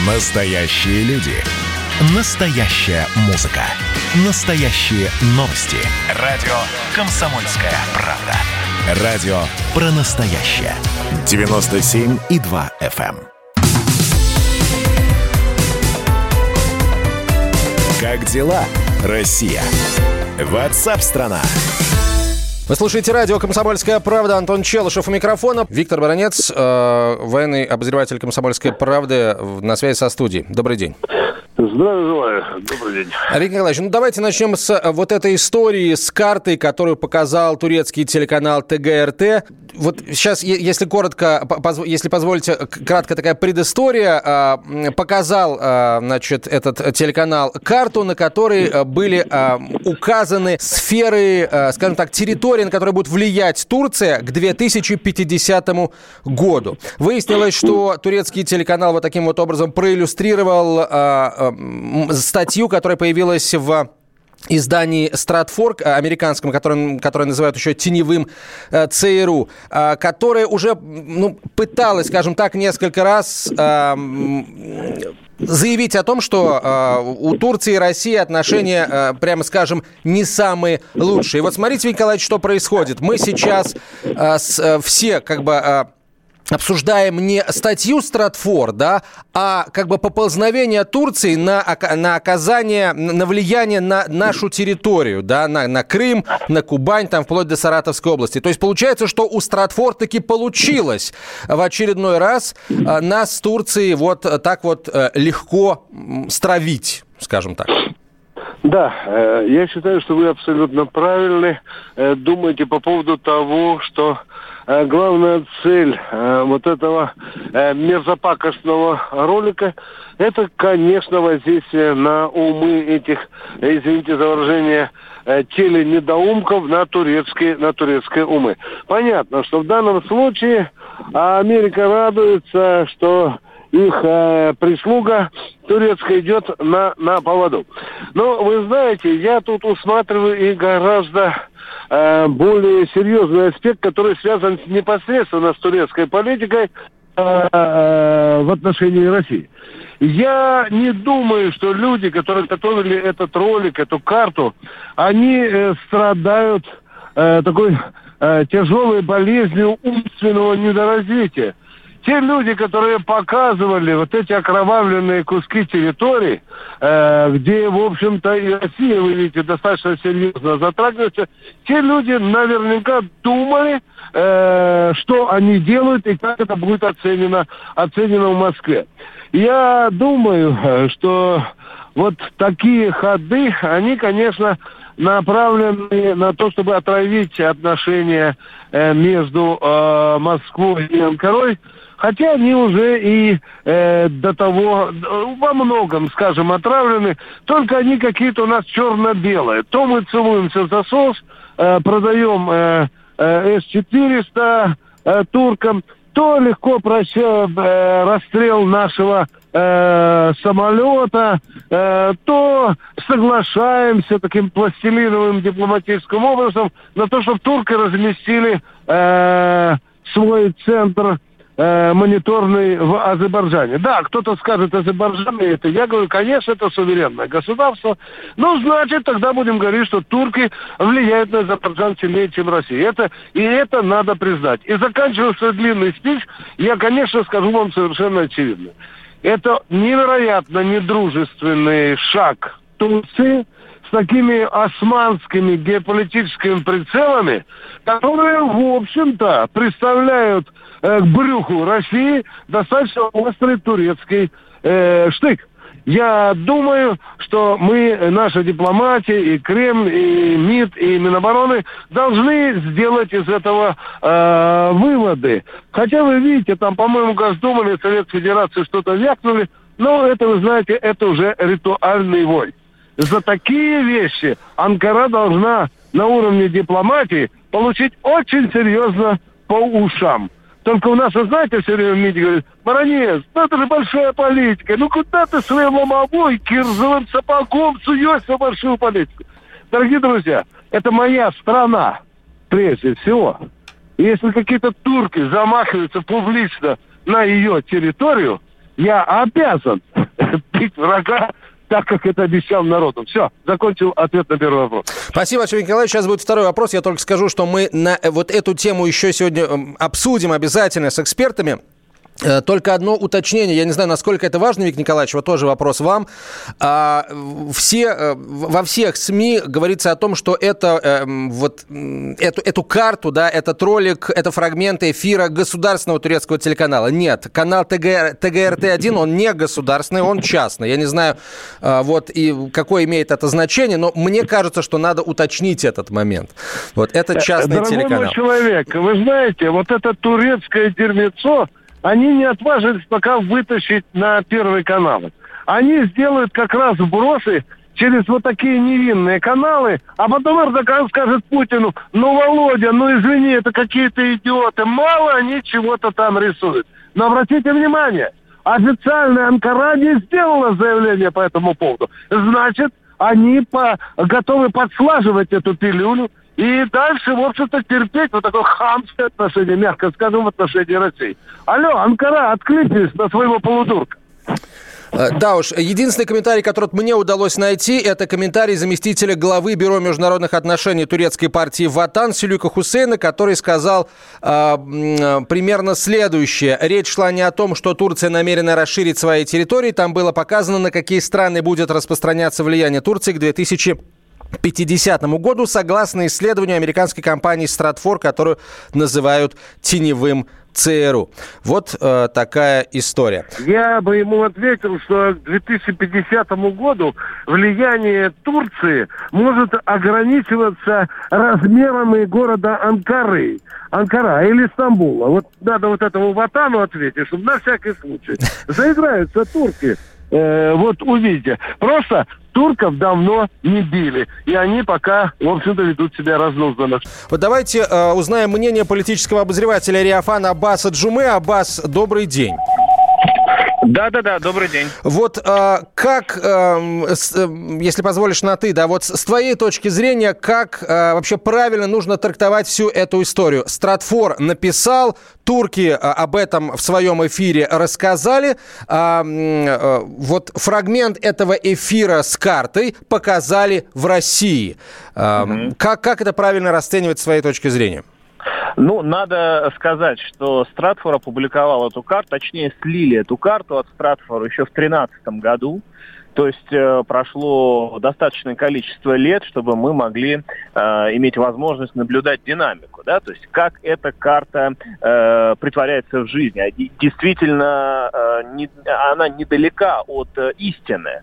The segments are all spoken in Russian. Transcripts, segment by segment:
Настоящие люди. Настоящая музыка. Настоящие новости. Радио «Комсомольская правда». Радио про настоящее. 97,2 FM. Как дела, Россия? WhatsApp-страна. Вы слушаете радио «Комсомольская правда». Антон Челышев у микрофона. Виктор Баранец, военный обозреватель «Комсомольской правды», на связи со студией. Добрый день. Здравия желаю. Добрый день. Виктор Николаевич, давайте начнем с вот этой истории с картой, которую показал турецкий телеканал ТГРТ. Вот сейчас, если коротко, если позволите, краткая такая предыстория. Показал, этот телеканал карту, на которой были указаны сферы, скажем так, территории, на которые будет влиять Турция к 2050 году. Выяснилось, что турецкий телеканал вот таким вот образом проиллюстрировал статью, которая появилась в издании «Стратфорк» американском, которое называют еще теневым ЦРУ, которое уже пыталась, скажем так, несколько раз заявить о том, что у Турции и России отношения, прямо скажем, не самые лучшие. И вот смотрите, Виктор Николаевич, что происходит. Мы сейчас все обсуждаем не статью Стратфор, да, а поползновение Турции на оказание, на влияние на нашу территорию, да, на Крым, на Кубань, там вплоть до Саратовской области. То есть получается, что у Стратфор таки получилось в очередной раз нас с Турцией вот так вот легко стравить, скажем так. Да, я считаю, что вы абсолютно правильны. Думаете по поводу того, что главная цель вот этого мерзопакостного ролика – это, конечно, воздействие на умы этих, извините за выражение, теленедоумков на турецкие умы. Понятно, что в данном случае Америка радуется, что их прислуга турецкая идет на поводу. Но вы знаете, я тут усматриваю и гораздо более серьезный аспект, который связан непосредственно с турецкой политикой в отношении России. Я не думаю, что люди, которые готовили этот ролик, эту карту, они страдают такой тяжелой болезнью умственного недоразвития. Те люди, которые показывали вот эти окровавленные куски территорий, где, в общем-то, и Россия, вы видите, достаточно серьезно затрагивается, те люди наверняка думали, что они делают и как это будет оценено в Москве. Я думаю, что вот такие ходы, они, конечно, направлены на то, чтобы отравить отношения между Москвой и Анкарой, хотя они уже и до того во многом, скажем, отравлены, только они какие-то у нас черно-белые. То мы целуемся в засос, продаем С-400 туркам, то легко прощаем расстрел нашего самолета, то соглашаемся таким пластилиновым дипломатическим образом на то, чтобы турки разместили свой центр мониторный в Азербайджане. Да, кто-то скажет, Азербайджан это. Я говорю, конечно, это суверенное государство. Ну, значит, тогда будем говорить, что турки влияют на Азербайджан сильнее, чем Россия. Это надо признать. И заканчивая свой длинный спич, я, конечно, скажу вам совершенно очевидно. Это невероятно недружественный шаг Турции с такими османскими геополитическими прицелами, которые, в общем-то, представляют к брюху России достаточно острый турецкий штык. Я думаю, что мы, наша дипломатия, и Кремль, и МИД, и Минобороны должны сделать из этого выводы. Хотя вы видите, там, по-моему, Госдума и Совет Федерации что-то вякнули, но это, вы знаете, это уже ритуальный вой. За такие вещи Анкара должна на уровне дипломатии получить очень серьезно по ушам. Только у нас, вы знаете, все время в МИДе говорят: Баранец, это же большая политика. Ну куда ты своим ломовой кирзовым сапогом суешься в большую политику? Дорогие друзья, это моя страна, прежде всего. И если какие-то турки замахиваются публично на ее территорию, я обязан бить врага так, как это обещал народу. Все, закончил ответ на первый вопрос. Спасибо, Артем Николаевич. Сейчас будет второй вопрос. Я только скажу, что мы на вот эту тему еще сегодня обсудим обязательно с экспертами. Только одно уточнение. Я не знаю, насколько это важно, Виктор Николаевич, вот тоже вопрос вам. Во всех СМИ говорится о том, что эту карту, да, этот ролик, это фрагменты эфира государственного турецкого телеканала. Нет, канал ТГРТ-1, он не государственный, он частный. Я не знаю, и какое имеет это значение, но мне кажется, что надо уточнить этот момент. Вот это частный телеканал. Дорогой мой человек, вы знаете, вот это турецкое дерьмецо, они не отважились пока вытащить на Первый канал. Они сделают как раз вбросы через вот такие невинные каналы, а потом Эрдоган скажет Путину: ну, Володя, ну извини, это какие-то идиоты, мало они чего-то там рисуют. Но обратите внимание, официальная Анкара не сделала заявление по этому поводу. Значит, они готовы подслаживать эту пилюлю и дальше, в общем-то, терпеть вот такое хамское отношение, мягко скажем, в отношении России. Алло, Анкара, откликнись на своего полудурка. Да уж, единственный комментарий, который мне удалось найти, это комментарий заместителя главы Бюро международных отношений турецкой партии «Ватан» Сюлюка Хусейна, который сказал примерно следующее. Речь шла не о том, что Турция намерена расширить свои территории, там было показано, на какие страны будет распространяться влияние Турции к 2050 году, согласно исследованию американской компании Stratfor, которую называют теневым ЦРУ. Вот такая история. Я бы ему ответил, что к 2050 году влияние Турции может ограничиваться размерами города Анкара или Стамбула. Вот надо вот этому Ватану ответить, чтобы на всякий случай. Заиграются турки. Вот увидите. Просто турков давно не били. И они пока, в общем-то, ведут себя разнузданно. Вот давайте узнаем мнение политического обозревателя Риафана Аббаса Джуме. Аббас, добрый день. Да, добрый день. Вот как, если позволишь на «ты», да, вот с твоей точки зрения, как вообще правильно нужно трактовать всю эту историю? Stratfor написал, турки об этом в своем эфире рассказали, вот фрагмент этого эфира с картой показали в России. Как это правильно расценивать с твоей точки зрения? Ну, надо сказать, что Stratfor опубликовал эту карту, точнее, слили эту карту от Stratfor еще в 2013 году. То есть прошло достаточное количество лет, чтобы мы могли иметь возможность наблюдать динамику, да, то есть как эта карта притворяется в жизни. Действительно, она недалека от истины.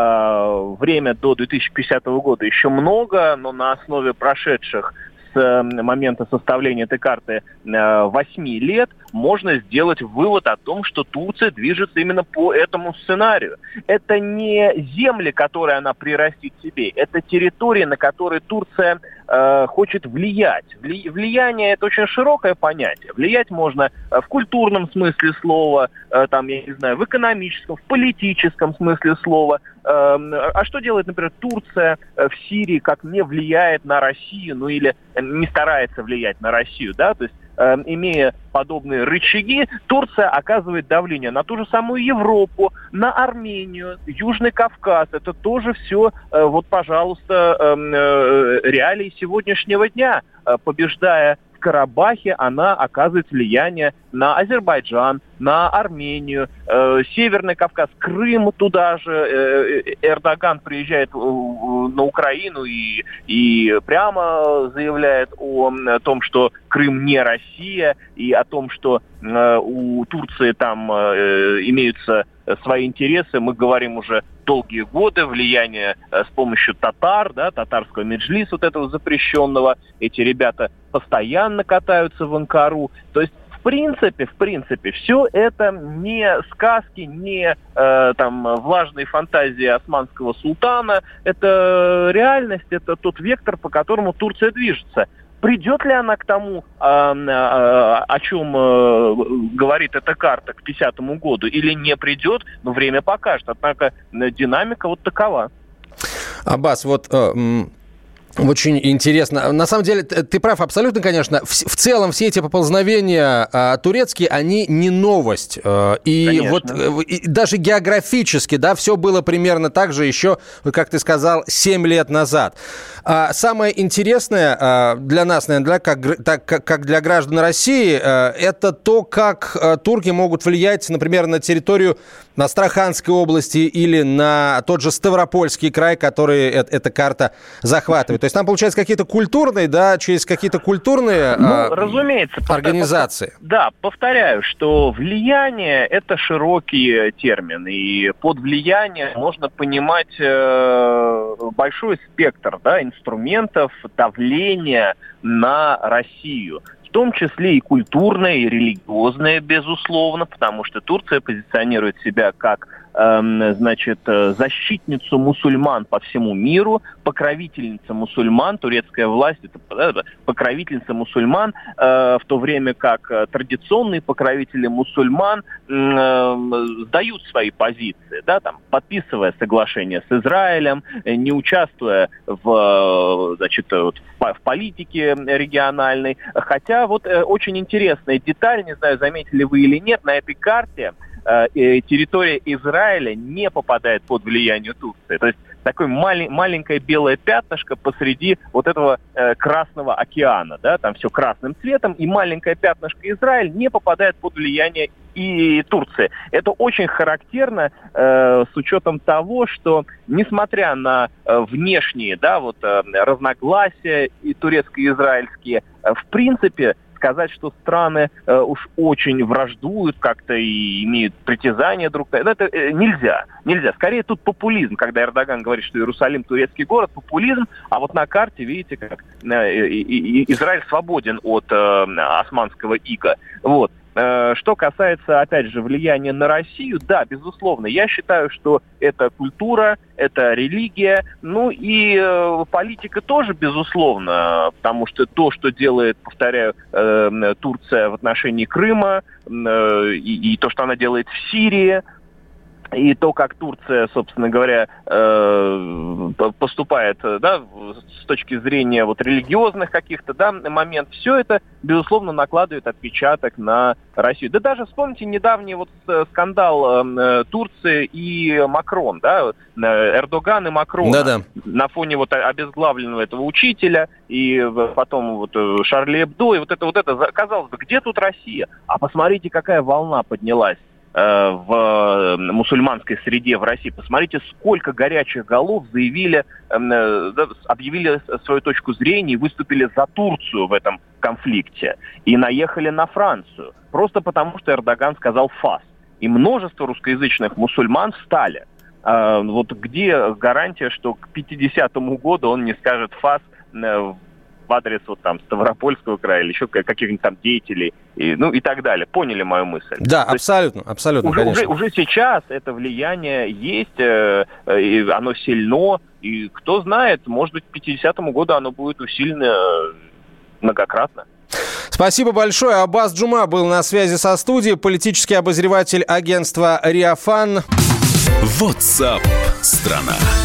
Время до 2050 года еще много, но на основе прошедших с момента составления этой карты 8 лет можно сделать вывод о том, что Турция движется именно по этому сценарию. Это не земли, которые она прирастит себе, это территории, на которые Турция хочет влиять. Влияние – это очень широкое понятие. Влиять можно в культурном смысле слова, там, я не знаю, в экономическом, в политическом смысле слова. А что делает, например, Турция в Сирии, как не влияет на Россию, ну или не старается влиять на Россию, да, то есть имея подобные рычаги, Турция оказывает давление на ту же самую Европу, на Армению, Южный Кавказ. Это тоже все, вот, пожалуйста, реалии сегодняшнего дня. Побеждая в Карабахе, она оказывает влияние на Азербайджан, на Армению, Северный Кавказ, Крым туда же. Эрдоган приезжает на Украину и прямо заявляет о том, что Крым не Россия, и о том, что у Турции там имеются свои интересы. Мы говорим уже долгие годы, влияние с помощью татар, да, татарского меджлиса, вот этого запрещенного. Эти ребята постоянно катаются в Анкару. То есть, в принципе, все это не сказки, не влажные фантазии османского султана. Это реальность, это тот вектор, по которому Турция движется. Придет ли она к тому, о чем говорит эта карта к 50 году, или не придет, но время покажет. Однако динамика вот такова. Аббас, вот Очень интересно. На самом деле, ты прав абсолютно, конечно. В целом, все эти поползновения турецкие, они не новость. И конечно. вот и даже географически, да, все было примерно так же еще, как ты сказал, 7 лет назад. Самое интересное для нас, наверное, как для граждан России, это то, как турки могут влиять, например, на территорию Астраханской области или на тот же Ставропольский край, который эта карта захватывает. То есть там, получается, какие-то культурные, да, через какие-то культурные разумеется, организации. Да, повторяю, что влияние – это широкий термин, и под влияние можно понимать большой спектр, да, инструментов давления на Россию. В том числе и культурное, и религиозное, безусловно, потому что Турция позиционирует себя как, защитницу мусульман по всему миру, покровительница мусульман. Турецкая власть – это покровительница мусульман, в то время как традиционные покровители мусульман сдают свои позиции, да, там, подписывая соглашение с Израилем, не участвуя в политике региональной. Хотя вот очень интересная деталь, не знаю, заметили вы или нет, на этой карте территория Израиля не попадает под влияние Турции. То есть такое маленькое белое пятнышко посреди вот этого Красного океана, да, там все красным цветом, и маленькое пятнышко Израиль не попадает под влияние и Турции. Это очень характерно с учетом того, что несмотря на внешние, да, вот разногласия и турецко-израильские, в принципе, сказать, что страны уж очень враждуют как-то и имеют притязания друг на друга, это нельзя. Скорее тут популизм, когда Эрдоган говорит, что Иерусалим турецкий город, популизм, а вот на карте, видите, как Израиль свободен от османского ига. Вот. Что касается, опять же, влияния на Россию, да, безусловно, я считаю, что это культура, это религия, ну и политика тоже, безусловно, потому что то, что делает, повторяю, Турция в отношении Крыма, и то, что она делает в Сирии, и то, как Турция, собственно говоря, поступает, да, с точки зрения вот религиозных каких-то, да, моментов, все это, безусловно, накладывает отпечаток на Россию. Да даже вспомните недавний вот скандал Турции и Макрон, да, Эрдоган и Макрон. Да-да. На фоне вот обезглавленного этого учителя и потом вот Шарли Эбдо, и вот это, казалось бы, где тут Россия? А посмотрите, какая волна поднялась в мусульманской среде в России. Посмотрите, сколько горячих голов объявили свою точку зрения и выступили за Турцию в этом конфликте. И наехали на Францию. Просто потому, что Эрдоган сказал «фас». И множество русскоязычных мусульман встали. Вот где гарантия, что к 50-му году он не скажет «фас» в адрес вот там Ставропольского края или еще каких-нибудь там деятелей, и так далее. Поняли мою мысль? Да, абсолютно, конечно. Уже сейчас это влияние есть, и оно сильно, и кто знает, может быть, к 50-му году оно будет усилено многократно. Спасибо большое. Аббас Джума был на связи со студией, политический обозреватель агентства «Риафан». WhatsApp страна.